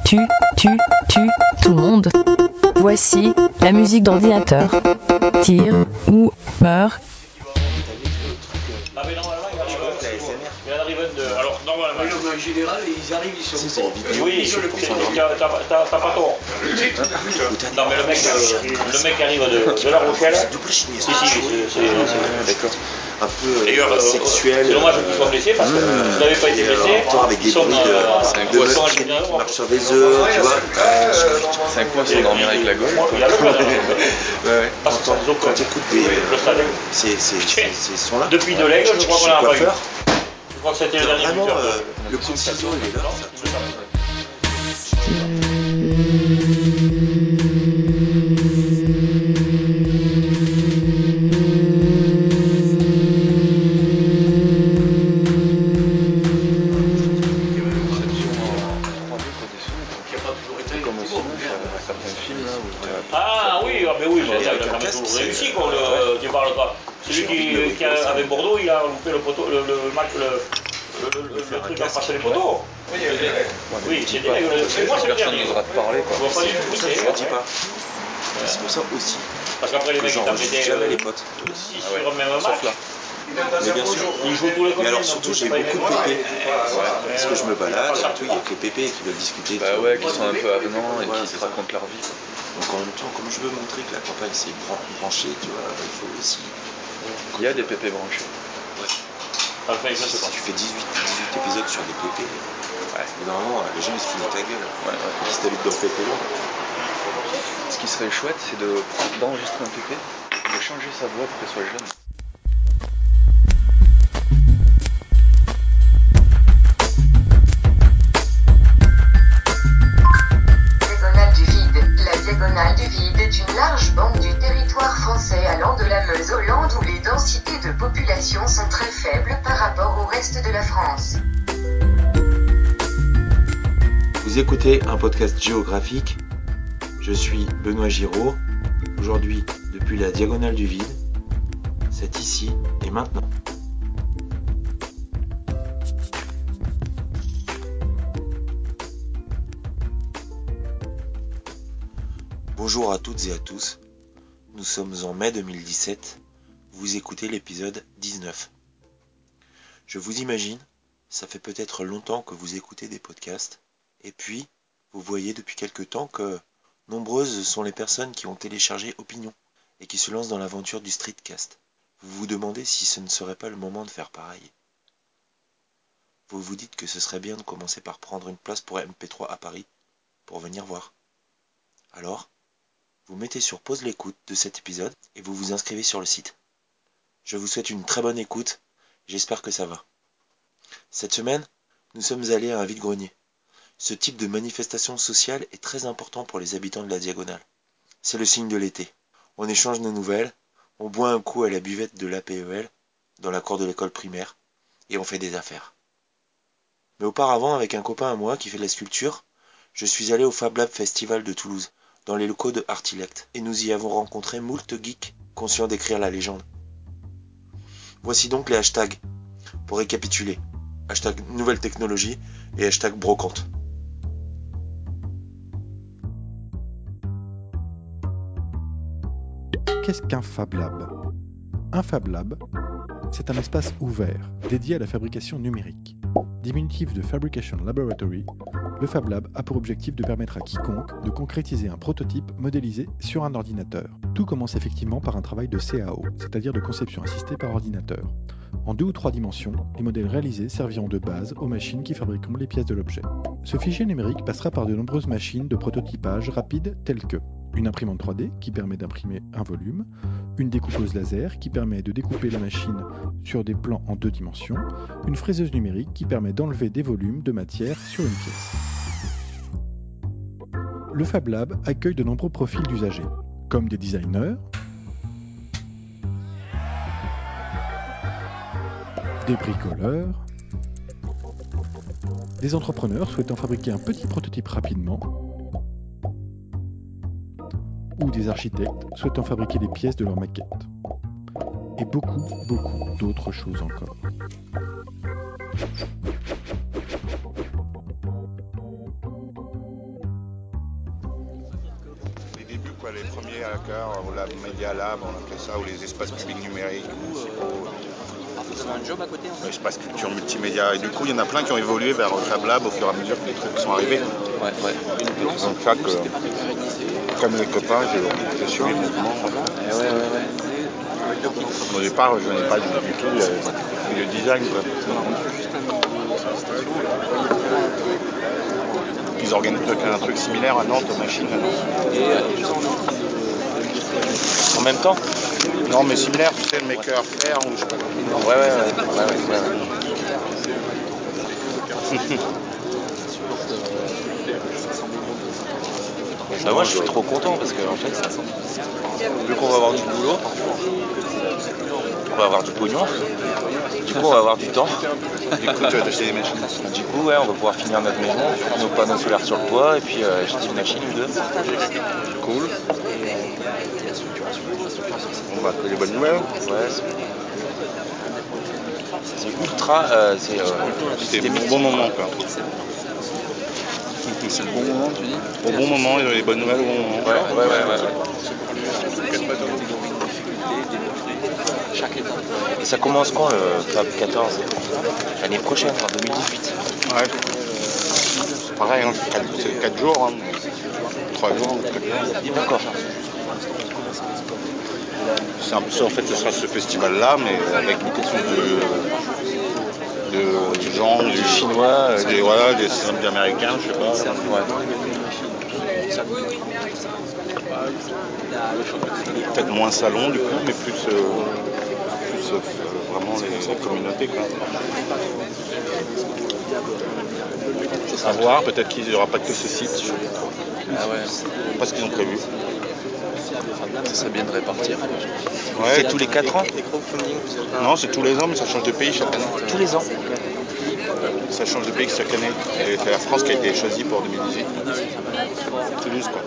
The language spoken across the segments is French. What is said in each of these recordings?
tout le monde. Voici la musique d'ordinateur. Tire ou meurt. Ah mais normalement il arrive de... Alors normalement... Oui, en général, ils arrivent, ils sont bons. Oui, t'as pas tort. Non mais le mec arrive de La Rochelle. Si, d'accord. Un peu d'ailleurs, sexuel. C'est dommage qu'ils soient blessés parce que vous n'avez pas été blessés. Avec des bruits de meufs qui marchent sur des œufs, tu vois. C'est un coup à s'endormir avec la gaule. Il y a le cas. Ouais. Quand tu écoutes ces sons-là. Depuis de l'aigle, je crois qu'on en a pas eu. Je crois que c'était le dernier Vraiment, buteur. le coup de ciseau, il est là. Ah oui, mais oui, il a quand même tout réussi quoi. Tu parles pas. Celui qui avec Bordeaux, il a loupé le poteau, le match, le truc à passer les poteaux. Oui, c'est dingue. Moi, c'est le Personne dernier. n'osera te parler, Je vois quoi. pas du tout. Je ne dis pas. C'est pour ça aussi Parce qu'après les que mecs ils tapent j'enregistre jamais les potes. 6 sur le même match. Mais bien sûr. Ils jouent tous les Mais alors surtout j'ai beaucoup de pépés. Parce que je me balade, surtout il y a que les pépés qui veulent discuter. Bah ouais, qui sont un peu avenants et qui se racontent leur vie. Donc en même temps, comme je veux montrer que la campagne c'est branché, tu vois, il faut aussi. Il y a des pépés branchés. Enfin, ça c'est Si pas. tu fais 18 épisodes sur des pépés, normalement les gens ils se foutent de ta gueule. Si t'habites dans le pépé long. Ce qui serait chouette, c'est d'enregistrer un pépé, de changer sa voix pour qu'elle soit jeune. Diagonale du vide. La diagonale du vide est une large bande du territoire français allant de la Meuse aux Landes où les densités de population sont très faibles par rapport au reste de la France. Vous écoutez un podcast géographique. Je suis Benoît Giraud. Aujourd'hui, depuis la diagonale du vide, c'est ici et maintenant. Bonjour à toutes et à tous. Nous sommes en mai 2017. Vous écoutez l'épisode 19. Je vous imagine, ça fait peut-être longtemps que vous écoutez des podcasts, et puis, vous voyez depuis quelque temps que nombreuses sont les personnes qui ont téléchargé Opinion et qui se lancent dans l'aventure du streetcast. Vous vous demandez si ce ne serait pas le moment de faire pareil. Vous vous dites que ce serait bien de commencer par prendre une place pour MP3 à Paris, pour venir voir. Alors, vous mettez sur pause l'écoute de cet épisode et vous vous inscrivez sur le site. Je vous souhaite une très bonne écoute, j'espère que ça va. Cette semaine, nous sommes allés à un vide-grenier. Ce type de manifestation sociale est très important pour les habitants de la Diagonale. C'est le signe de l'été. On échange nos nouvelles, on boit un coup à la buvette de l'APEL, dans la cour de l'école primaire, et on fait des affaires. Mais auparavant, avec un copain à moi qui fait de la sculpture, je suis allé au Fab Lab Festival de Toulouse, dans les locaux de Artilect, et nous y avons rencontré moult geeks conscients d'écrire la légende. Voici donc les hashtags, pour récapituler. Hashtag nouvelle technologie et hashtag brocante. Qu'est-ce qu'un Fab Lab ? Un Fab Lab, c'est un espace ouvert, dédié à la fabrication numérique. Diminutif de Fabrication Laboratory, le Fab Lab a pour objectif de permettre à quiconque de concrétiser un prototype modélisé sur un ordinateur. Tout commence effectivement par un travail de CAO, c'est-à-dire de conception assistée par ordinateur. En 2 ou 3 dimensions, les modèles réalisés serviront de base aux machines qui fabriqueront les pièces de l'objet. Ce fichier numérique passera par de nombreuses machines de prototypage rapide telles que une imprimante 3D qui permet d'imprimer un volume, une découpeuse laser qui permet de découper la machine sur des plans en 2 dimensions, une fraiseuse numérique qui permet d'enlever des volumes de matière sur une pièce. Le Fab Lab accueille de nombreux profils d'usagers, comme des designers, des bricoleurs, des entrepreneurs souhaitant fabriquer un petit prototype rapidement, ou des architectes souhaitant fabriquer les pièces de leur maquette. Et beaucoup d'autres choses encore. quoi, les premiers hackers, ou la Media Lab, on appelait ça, ou les espaces publics numériques. Vous avez un job à côté en fait. Espace culture multimédia. Et du coup, il y en a plein qui ont évolué vers Fab Lab au fur et à mesure que les trucs sont arrivés. Ouais. Donc chaque, comme les copains, je suis les mouvements. Ouais. Au départ, je n'avais pas du tout le design. Quoi. Ils organisent un truc similaire à Nantes, aux machines à Nantes. Et tout ça, on est en train de... En même temps? Non, mais similaire, tu sais, le Maker Faire ou je sais pas. Ouais. Bah moi je suis trop content parce que en fait, vu qu'on va avoir du boulot, on va avoir du pognon, du coup on va avoir du temps. Du coup, tu vas acheter des machines. Du coup ouais, on va pouvoir finir notre maison, nos panneaux solaires sur le toit et puis acheter une machine ou deux. Cool. On va trouver les bonnes nouvelles. Ouais, c'est ultra, c'est le bon moment quoi. C'est le bon moment, tu dis? Au bon moment, il y a les bonnes nouvelles au bon moment. Ouais. Et ça commence quand le Fab 14? L'année prochaine, en 2018. Ouais. Pareil, hein, c'est 4 jours, hein. 3 jours, 4 jours. D'accord. C'est un peu ça, en fait, ce sera ce festival-là, mais avec une question de gens, du chinois, des américains, je sais pas. Peut-être moins salon du coup, mais plus vraiment les communautés quoi. À voir, peut-être qu'il n'y aura pas que ce site. Ah ouais. Pas ce qu'ils ont prévu. Ça serait bien de répartir. Ouais. C'est tous les 4 ans? Non, c'est tous les ans, mais ça change de pays chaque année. Tous les ans. Ça change de pays chaque année. Et c'est la France qui a été choisie pour 2018. Toulouse quoi.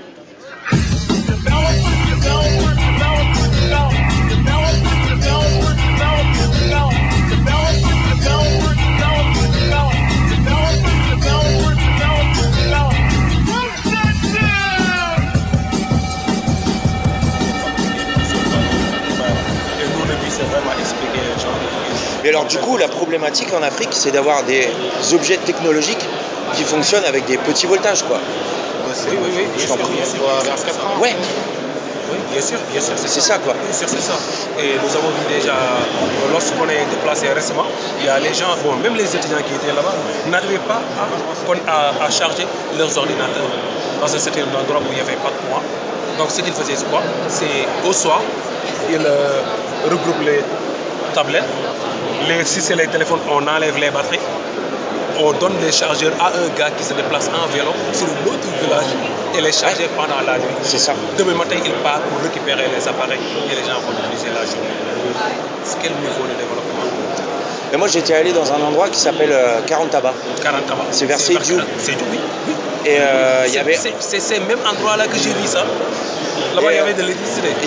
Mais alors du coup, la problématique en Afrique, c'est d'avoir des objets technologiques qui fonctionnent avec des petits voltages, quoi. Oui. Je t'en prie. Vers 4 ans. Ouais. Oui, bien sûr, c'est ça, quoi. Bien sûr, c'est ça. Et nous avons vu déjà, lorsqu'on est déplacé récemment, il y a les gens, même les étudiants qui étaient là-bas, n'arrivaient pas à charger leurs ordinateurs. Parce que c'était un endroit où il n'y avait pas de courant. Donc ce qu'ils faisaient, c'est quoi? C'est au soir, ils regroupent les tablettes. Si c'est les téléphones, on enlève les batteries. On donne les chargeurs à un gars qui se déplace en vélo sur l'autre village et les charger pendant la nuit. C'est ça. Demain matin, il part pour récupérer les appareils et les gens vont utiliser la journée. C'est quel niveau de développement? Et moi, j'étais allé dans un endroit qui s'appelle 40 Tabac. 40 Tabac. C'est vers Sédhiou. Sédhiou, oui. Et il y avait... C'est ces mêmes endroits-là que j'ai vu ça. Là-bas, il y avait de l'électricité. Il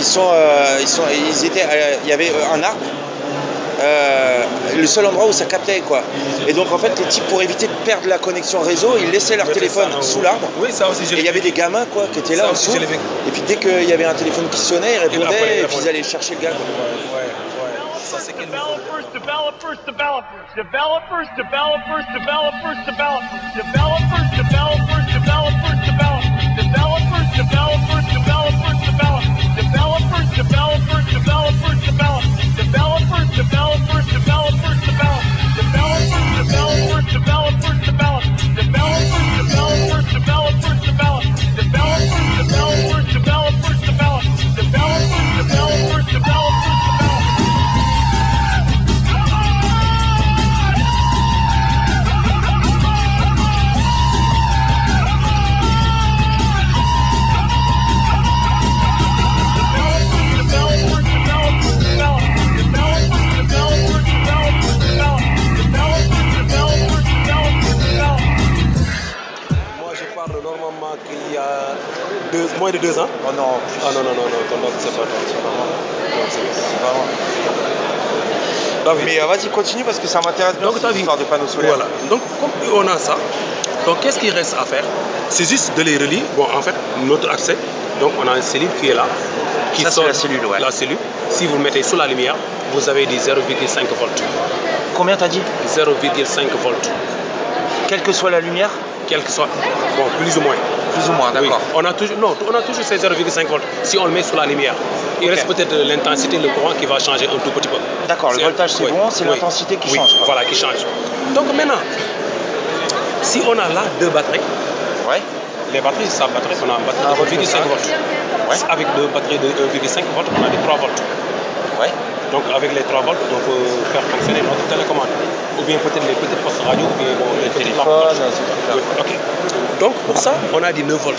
y avait un arbre. Le seul endroit où ça captait quoi. Et donc en fait les types pour éviter de perdre la connexion réseau, ils laissaient leur téléphone sous l'arbre. Oui, ça aussi et il y avait des gamins quoi qui étaient là en dessous. Et puis dès qu'il y avait un téléphone qui sonnait, ils répondaient et puis ils allaient chercher le gars quoi. Ouais. Ça c'est quel niveau? Normalement qu'il y a moins de 2 ans. Oh non. Ah non, donc c'est pas normal. C'est pas normal. Mais vas-y, continue parce que ça m'intéresse bien cette histoire de panneaux solaires. Voilà. Donc, comme on a ça, donc qu'est-ce qu'il reste à faire? C'est juste de les relier. Bon, en fait, notre accès, donc on a une cellule qui est là. Ça, c'est la cellule, ouais. La cellule. Si vous le mettez sous la lumière, vous avez des 0,5 volts. Combien t'as dit? 0,5 volts. Quelle que soit la lumière? Quel que soit. Bon, plus ou moins. Plus ou moins, d'accord. Oui. On a toujours ces 0,5 volts si on le met sous la lumière. Il reste peut-être l'intensité, le courant qui va changer un tout petit peu. D'accord, le voltage c'est bon, c'est l'intensité qui change. Voilà, qui change. Donc maintenant, si on a là 2 batteries, les batteries, ça batterie, on a une batterie de 1,5 volts. Avec 2 batteries de 1,5 volts, on a des 3 volts. Donc avec les 3 volts, on peut faire fonctionner notre télécommande. Ou bien peut-être les petites postes radio, ou bien les téléphones, Ok. Donc pour ça, on a des 9 volts.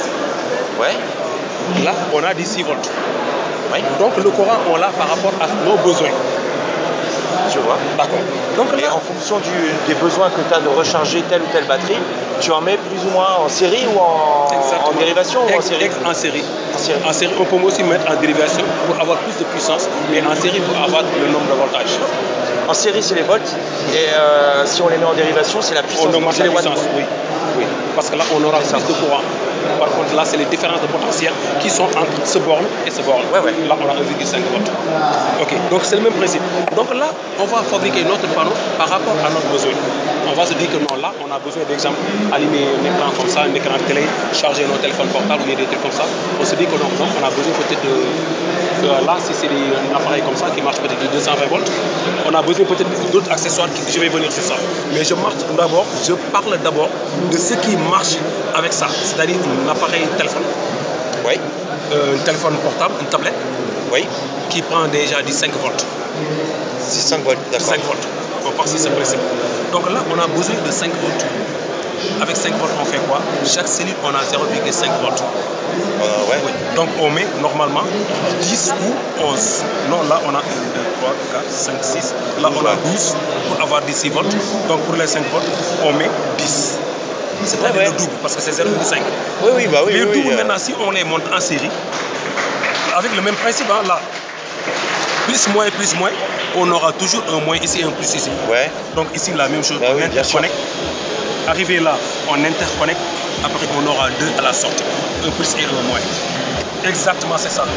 Là, on a des 6 volts. Donc le courant, on l'a par rapport à nos besoins. Tu vois. D'accord. Donc là, en fonction des besoins que tu as de recharger telle ou telle batterie, tu en mets plus ou moins en série ou en dérivation ou en série? En série. En série, on peut aussi mettre en dérivation pour avoir plus de puissance, mais en série pour avoir le nombre de voltages. En série, c'est les volts, et si on les met en dérivation, c'est la puissance. On augmente la puissance, oui. Parce que là, on aura plus de courant. Par contre, là, c'est les différences de potentiel qui sont entre ce borne et ce borne. Là, on a 1,5 volts. Ok, donc c'est le même principe. Donc là, on va fabriquer notre panneau par rapport à notre besoin. On va se dire que non, là, on a besoin d'exemple, allumer un écran comme ça, un écran de télé, charger nos téléphones portables ou des trucs comme ça. On se dit que non, donc on a besoin peut-être de. Là, si c'est un appareil comme ça qui marche peut-être de 220 volts, on a besoin peut-être d'autres accessoires qui je vais venir sur ça. Mais je parle d'abord de ce qui marche avec ça, c'est-à-dire un appareil téléphone. Un téléphone portable, une tablette. Qui prend déjà du 5 volts. 5 volts, d'accord. 5 volts. On part sur ce principe. Donc là, on a besoin de 5 volts. Avec 5 volts, on fait quoi? Chaque cellule, on a 0,5 volts. Donc on met normalement 10 ou 11. Non, là on a 1, 2, 3, 4, 5, 6. Là on a 12 pour avoir des 6 volts. Donc pour les 5 volts, on met 10. C'est-à-dire le double, parce que c'est 0,5. Oui. Les doubles, maintenant, si on les monte en série, avec le même principe, là, plus, moins, on aura toujours un moins ici et un plus ici. Donc ici, la même chose, on interconnecte. Arrivé là, on interconnecte. Après, on aura 2 à la sortie. Un plus et un moins. Exactement, c'est ça.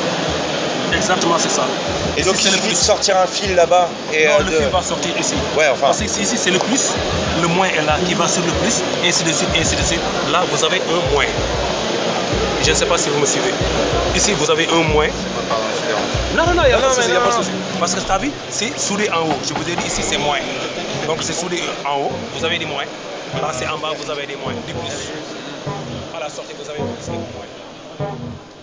Et donc, il suffit de sortir un fil là-bas. Non, le fil va sortir ici. Parce que ici, c'est le plus. Le moins est là, qui va sur le plus. Ainsi de suite. Là, vous avez un moins. Je ne sais pas si vous me suivez. Ici, vous avez un moins. Non, il n'y a pas de souci. Parce que ta vie, c'est soudé en haut. Je vous ai dit, ici, c'est moins. Donc, c'est soudé en haut. Vous avez des moins. Là, c'est en bas, vous avez des moins. Du plus. À la sortie, vous avez un plus et un moins.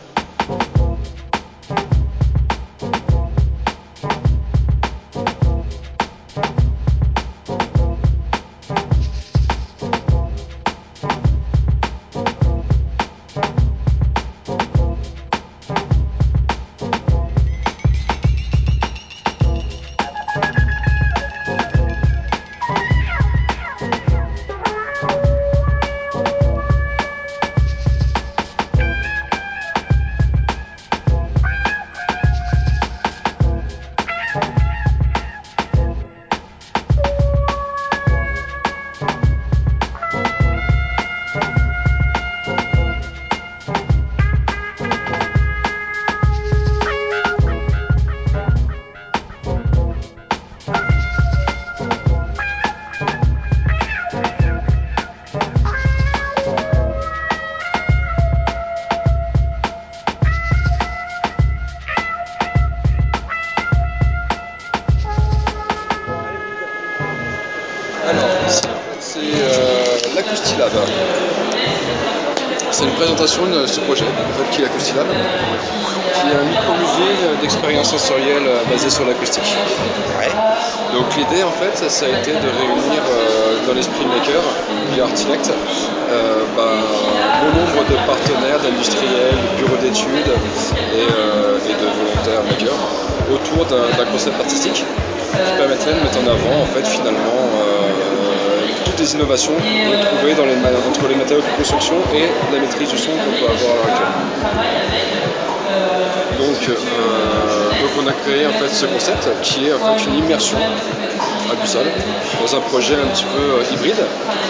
l'Acoustilab. C'est une présentation de ce projet, en fait, qui est l'Acoustilab, qui est un micro-musée d'expérience sensorielle basé sur l'acoustique. Donc l'idée, en fait, ça a été de réunir dans l'esprit maker, via Artilect, bon nombre de partenaires, d'industriels, de bureaux d'études et de volontaires makers autour d'un concept artistique qui permettrait de mettre en avant, en fait, finalement, toutes les innovations retrouvées entre les matériaux de construction et la maîtrise du son qu'on peut avoir à l'heure actuelle. Donc on a créé en fait ce concept qui est en fait une immersion abyssale dans un projet un petit peu hybride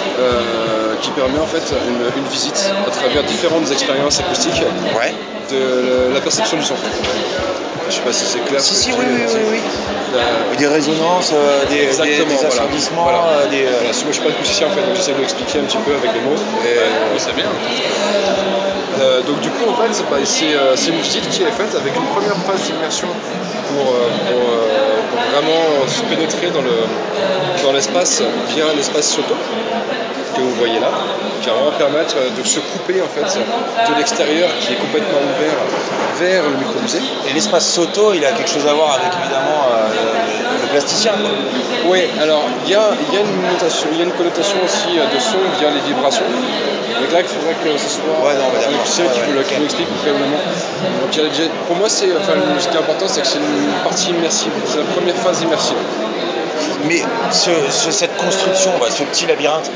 qui permet en fait une visite à travers différentes expériences acoustiques de la perception du son. Je sais pas si c'est clair. Oui. Des résonances, des assourdissements. Voilà. Moi je suis pas acousticien en fait, donc j'essaie de l'expliquer un petit peu avec des mots. C'est bien. Donc du coup en fait c'est une visite qui est faite avec une première phase d'immersion pour vraiment se pénétrer dans l'espace via l'espace Soto que vous voyez là, qui va vraiment permettre de se couper en fait de l'extérieur qui est complètement ouvert vers le micro-musée. Et l'espace Soto, il a quelque chose à voir avec évidemment le plasticien. Oui, alors il y a une connotation aussi de son via les vibrations. Donc là, il faudrait que ce soit un qui vous l'explique préalablement. Donc pour moi, ce qui est important, c'est que c'est une partie immersive. C'est la première phase immersive. Mais cette construction, ce petit labyrinthe,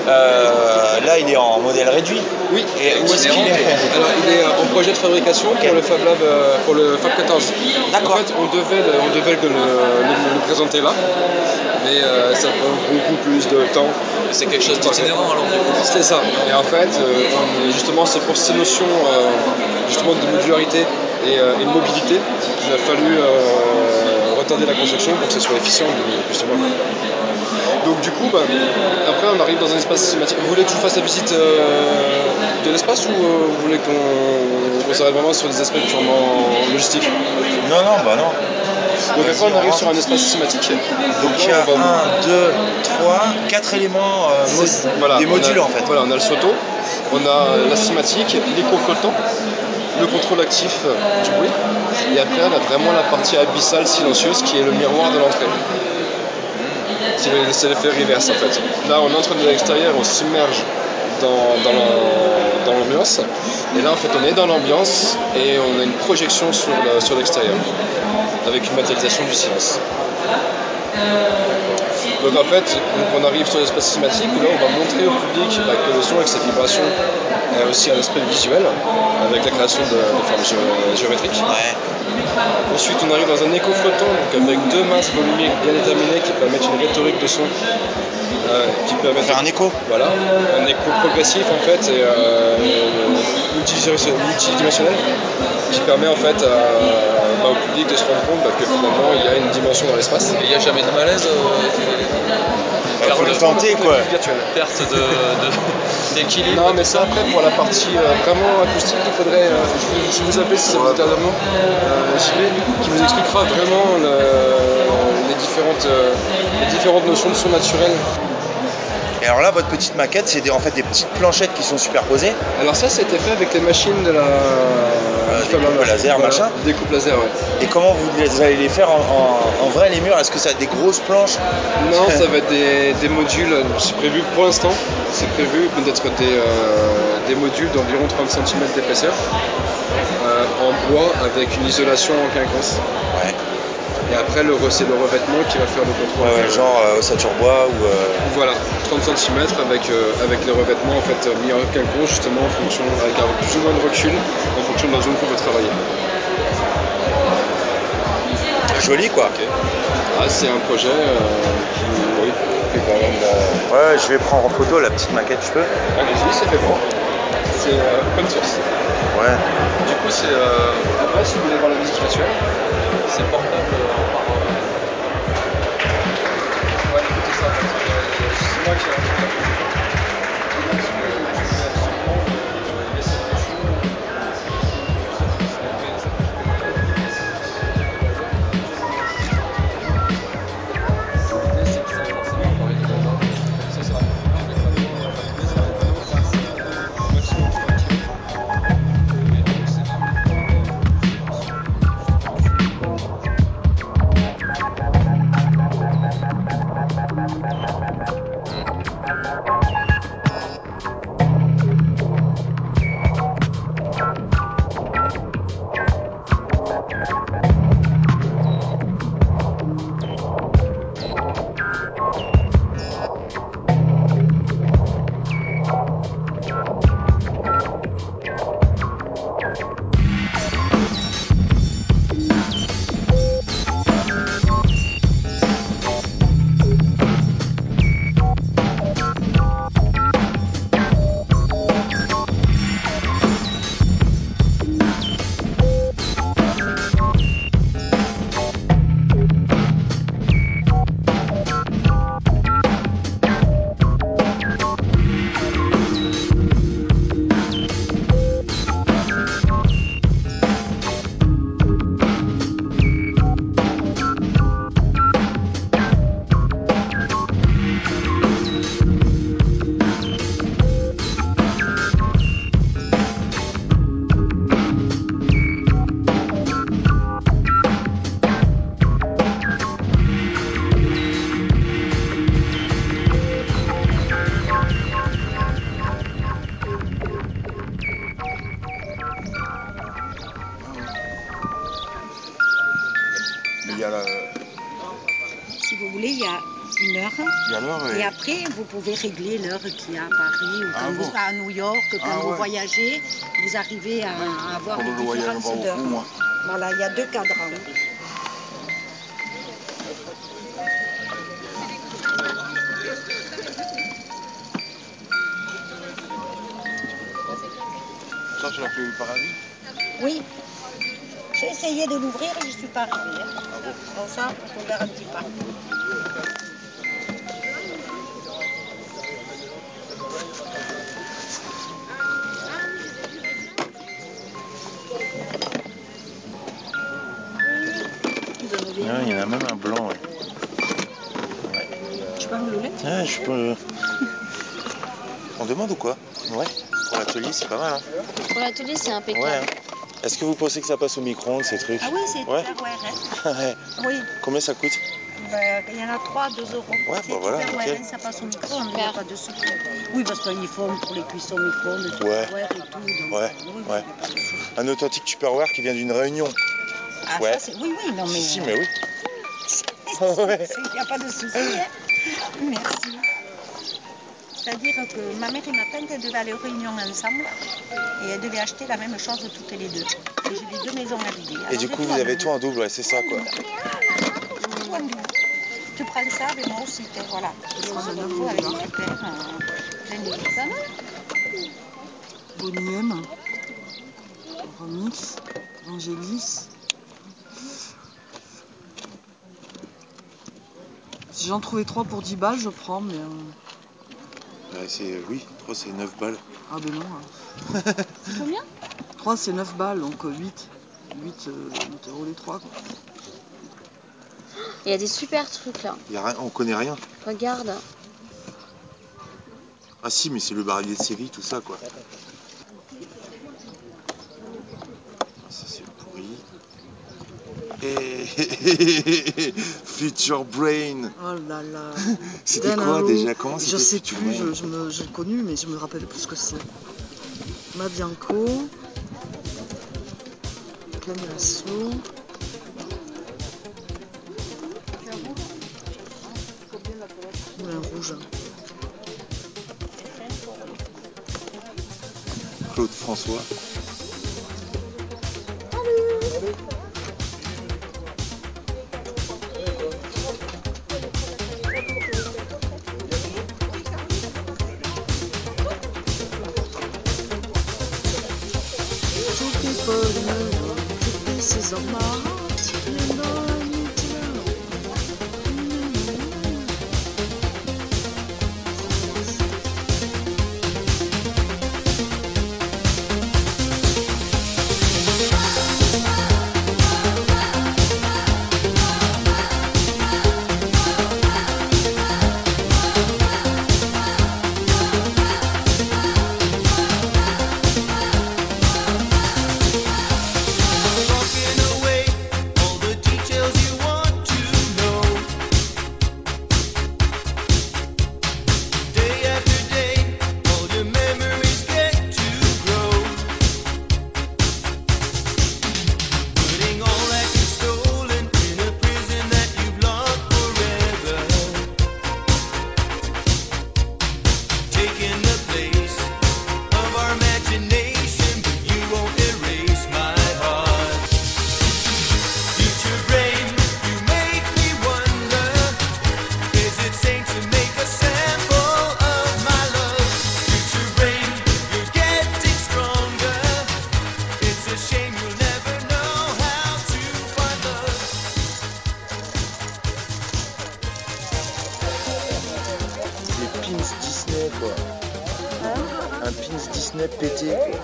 là il est en modèle réduit. Oui. Et où est-ce qu'il est ? Alors il est en projet de fabrication pour le Fab Lab, pour le Fab 14. D'accord. En fait, on devait le présenter là, mais ça prend beaucoup plus de temps. C'est quelque chose d'itinérant alors du coup. C'est ça. Et en fait, justement, c'est pour ces notions justement de modularité et de mobilité qu'il a fallu retarder la construction pour que ce soit efficient justement. Donc du coup, après on arrive dans un espace cinématique. Vous voulez que je vous fasse la visite de l'espace ou vous voulez qu'on s'arrête vraiment sur des aspects purement logistiques ? Non. Donc après on arrive sur un espace cinématique. Donc il y a 1, 2, 3, 4 éléments, des modules en fait. Voilà, on a le Soto, on a la cinématique, l'écho flottant, le contrôle actif du bruit, et après on a vraiment la partie abyssale silencieuse qui est le miroir de l'entrée. C'est l'effet reverse en fait. Là on entre de l'extérieur, on s'immerge dans l'ambiance, et là en fait on est dans l'ambiance et on a une projection sur l'extérieur avec une matérialisation du silence. Donc en fait, on arrive sur l'espace cinématique où là on va montrer au public que le son avec ses vibrations a aussi un aspect visuel avec la création de formes géométriques. Ensuite on arrive dans un écho flottant donc avec 2 masses volumiques bien déterminées qui permettent une rhétorique de son qui permet de faire un écho. Voilà, un écho progressif en fait et multidimensionnel qui permet en fait au public de se rendre compte que finalement il y a une dimension dans l'espace. Et il n'y a jamais de malaise il faut le tenter quoi. Perte d'équilibre. Non mais ça après pour la partie vraiment acoustique il faudrait, je vous appelle si ça vous intéresse vraiment, qui vous expliquera vraiment les différentes notions de son naturel. Et alors là, votre petite maquette, c'est en fait des petites planchettes qui sont superposées. Alors ça, c'était fait avec les machines de la découpe laser, machin. Découpe laser, ouais. Et comment vous allez les faire en vrai les murs ? Est-ce que ça a des grosses planches ? Non, ça va être des modules. C'est prévu pour l'instant. C'est prévu d'être des modules d'environ 30 cm d'épaisseur en bois avec une isolation en quinconce. Ouais. Et après, c'est le revêtement qui va faire le contrôle. Genre ossature bois ou. Voilà, 30 cm avec les revêtements en fait, mis en quinconce justement en fonction, avec plus ou moins de recul en fonction de la zone qu'on veut travailler. Joli quoi. Okay. C'est un projet qui est quand même. Ouais, je vais prendre en photo la petite maquette, je peux. Allez-y, c'est fait bon. C'est open source. Ouais. Du coup, c'est. Après, si vous voulez voir la visite virtuelle, c'est portable par. Ouais, écoutez ça en fait. C'est moi qui ai il y a une heure. Et alors, Et après, vous pouvez régler l'heure qu'il y a à Paris ou quand vous à New York, quand vous voyagez, vous arrivez à avoir les différences d'heures. Voilà, il y a 2 cadrans. Ça, c'est la clé du paradis? Oui. J'ai essayé de l'ouvrir et je ne suis pas arrivée. Hein. Ah bon? Bon, ça, je ne garantis pas. Ah, il y en a même un blanc. Ouais. Tu peux me le lait? Ah, je peux. On demande ou quoi? Ouais. Pour l'atelier, c'est pas mal. Hein. Pour l'atelier, c'est impeccable. Ouais. Hein. Est-ce que vous pensez que ça passe au micro-ondes, ces trucs? Ah oui, c'est ouais. Tupperware. Ouais. Oui. Combien ça coûte? Ben, il y en a 3, 2 euros. Ouais, c'est bah voilà, Tupperware, ça passe au micro-ondes, il n'y a pas de souci. Oui, parce qu'ils font pour les cuissons micro-ondes, Tupperware et tout. Donc, ouais. Ouais. Un authentique Tupperware qui vient d'une réunion. Ah, ouais. Ça, c'est... Oui, non, mais... Si, mais oui. Il n'y a pas de souci. Hein. Merci. C'est-à-dire que ma mère et ma tante, elles devaient aller aux réunions ensemble et elles devaient acheter la même chose toutes les deux. Et j'ai les 2 maisons à vider. Et du coup, vous avez tout en double, ouais, c'est ça, quoi. Tout en double. Tu prends ça, mais moi aussi, voilà. Et on se retrouve avec des super plein de ça. Boniem, Remix, Angélis. Si j'en trouvais 3 pour 10 balles, je prends, mais... oui, 3 c'est 9 balles. Ah ben non. C'est combien? 3 c'est 9 balles, donc 8 euros les 3. Quoi. Il y a des super trucs là. On connaît rien. Regarde. Ah si, mais c'est le barillet de série, tout ça, quoi. Ça c'est le pourri. Et Future Brain. Oh là là. C'était quoi déjà? Comment c'était? Je sais plus, je l'ai connu, mais je me rappelle plus ce que c'est. Mabianco. Clamiasso. Moulin Rouge. Claude François. Pieces of my heart, you know I need to know. Disney quoi. Un pins Disney pété quoi.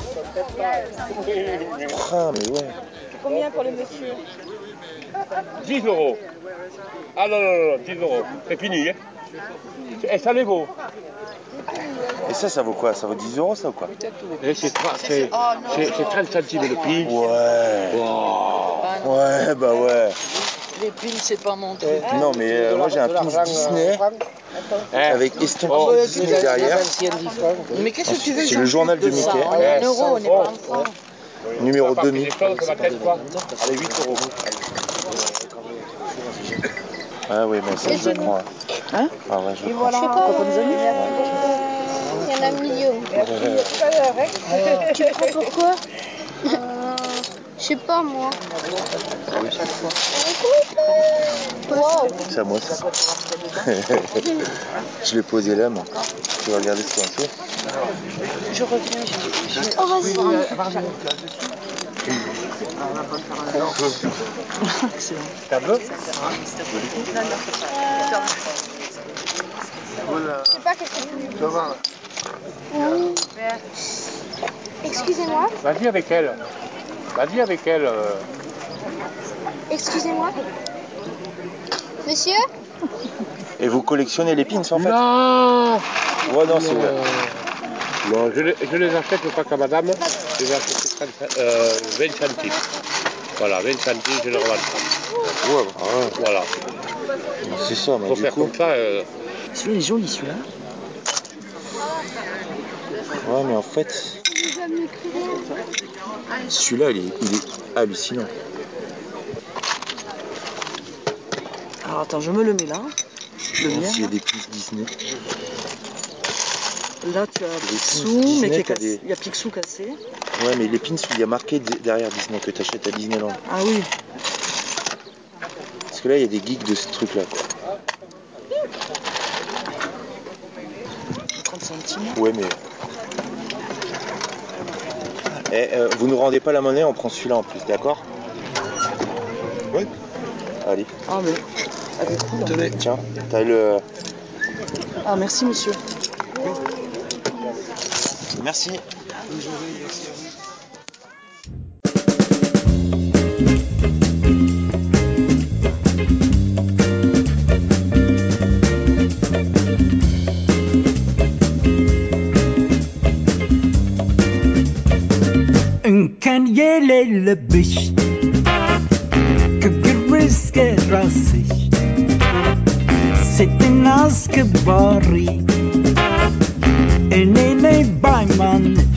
Ah mais ouais. Combien pour le monsieur? 10 euros. Ah non, 10 euros. C'est fini. Hein. Et ça les vaut. Et ça vaut quoi? Ça vaut 10 euros ça ou quoi? C'est 30 centimes le pin. Ouais. Wow. Ouais, bah ouais. Les pins, c'est pas mon truc. Non, mais moi j'ai un pins Disney avec estampillé Disney derrière. Mais qu'est-ce que tu veux? C'est le journal de Mickey. En euros, on n'est pas en francs. Numéro 2000. Allez, 8 euros. Ah oui, mais ça, je le prends. Hein? Ah ouais, je le Et prends. voilà, pas, des amis. il y en a un million. Tu prends pourquoi je sais pas moi. Wow. C'est à moi ça. Je l'ai posé là, moi. Tu vas regarder ce qu'il y a en dessous. Je reviens. Oh vas-y. Tableau. Je sais pas qu'est-ce que tu veux. Excusez-moi. Vas-y avec elle. Vas-y avec elle. Excusez-moi. Monsieur? Et vous collectionnez les pins en fait? Non. Ouais, non, c'est... Non, je les achète pas qu'à madame. Je les achète 20 centimes. Voilà, 20 centimes, je les revends pas. Ouais, voilà. C'est ça, mais faut du faire coup... comme ça. Celui-là, il est joli, celui-là. Ouais, mais en fait... Celui-là, il est hallucinant. Alors attends, je me le mets là. Le mien. S'il y a des pins Disney. Là, tu as Picsou, mais qui est cassé. Il y a Picsou cassé. Ouais, mais les pins, il y a marqué derrière Disney que tu achètes à Disneyland. Ah oui. Parce que là, il y a des geeks de ce truc-là, quoi. 30 centimes. Ouais, mais... vous nous rendez pas la monnaie, on prend celui-là en plus, d'accord? Oui. Allez. Ah mais... Avec vous, là. Tenez. Tiens, t'as le... Ah, merci, monsieur. Merci. إن كان يلبش كجرس كراسي ست الناس كباري إني بايمانش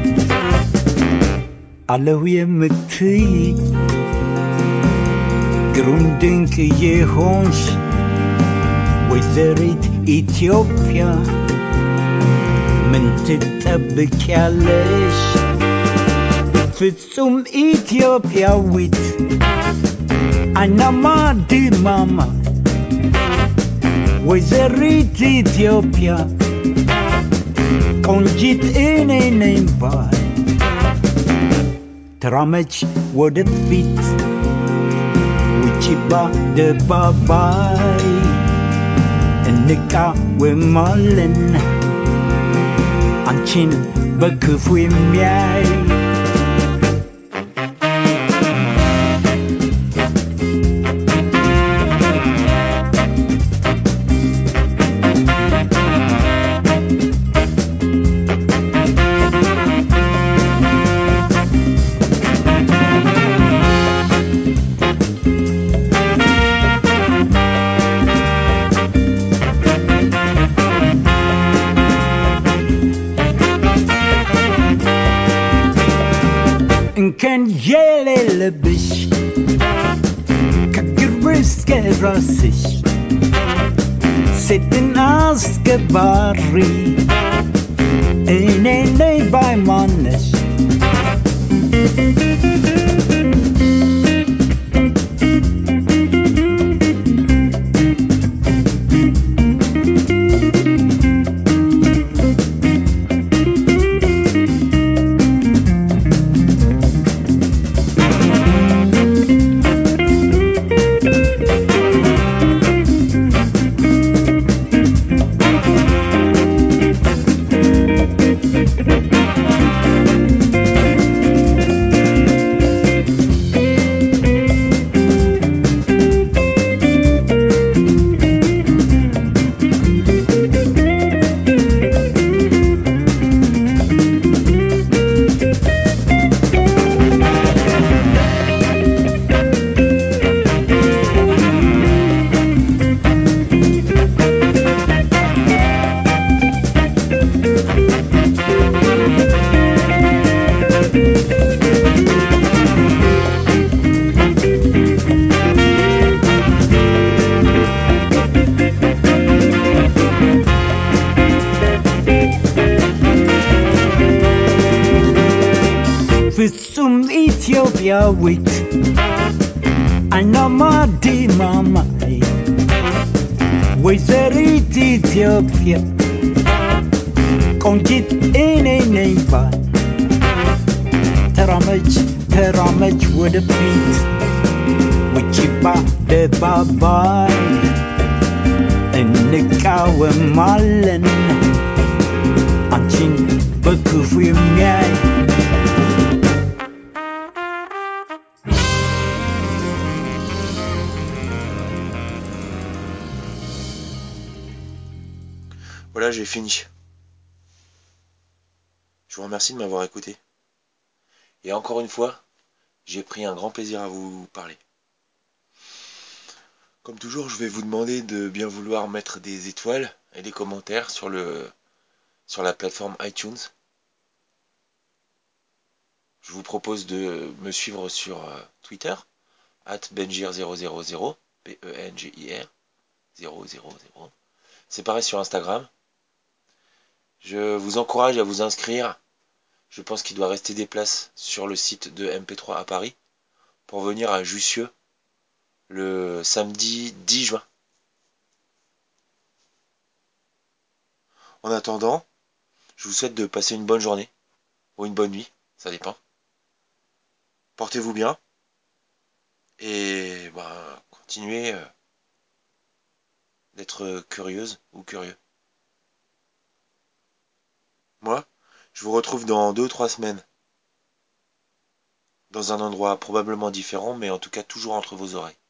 على يمتي جروندينك يهونش وزارت إثيوبيا من تتبكالش ፍጹም ኢትዮጵያዊት አይናማ ድማማ ወይዘሪት ኢትዮጵያ ቆንጂት እኔ ነኝ ባይ ተራመች ወደፊት ውጪ በአደባባይ እንቃወማለን አንቺን በክፉ የሚያይ كان يلبش كجرس كراسش ست الناس كباري إني بايمانش ፍጹም ኢትዮጵያዊት አይናማ ዲማማይ ወይዘሪት ኢትዮጵያ ቆንጂት እኔ ነኝ ባል ተራመጅ ተራመጅ ወደፊት ውጪ በአደባባይ እንቃወማለን አንቺን በክፉ የሚያይ Voilà, j'ai fini. Je vous remercie de m'avoir écouté. Et encore une fois, j'ai pris un grand plaisir à vous parler. Comme toujours, je vais vous demander de bien vouloir mettre des étoiles et des commentaires sur la plateforme iTunes. Je vous propose de me suivre sur Twitter, @benjir000, Benjir 000. C'est pareil sur Instagram. Je vous encourage à vous inscrire. Je pense qu'il doit rester des places sur le site de MP3 à Paris pour venir à Jussieu le samedi 10 juin. En attendant, je vous souhaite de passer une bonne journée ou une bonne nuit, ça dépend. Portez-vous bien et continuez d'être curieuse ou curieux. Moi, je vous retrouve dans 2 ou 3 semaines. Dans un endroit probablement différent, mais en tout cas toujours entre vos oreilles.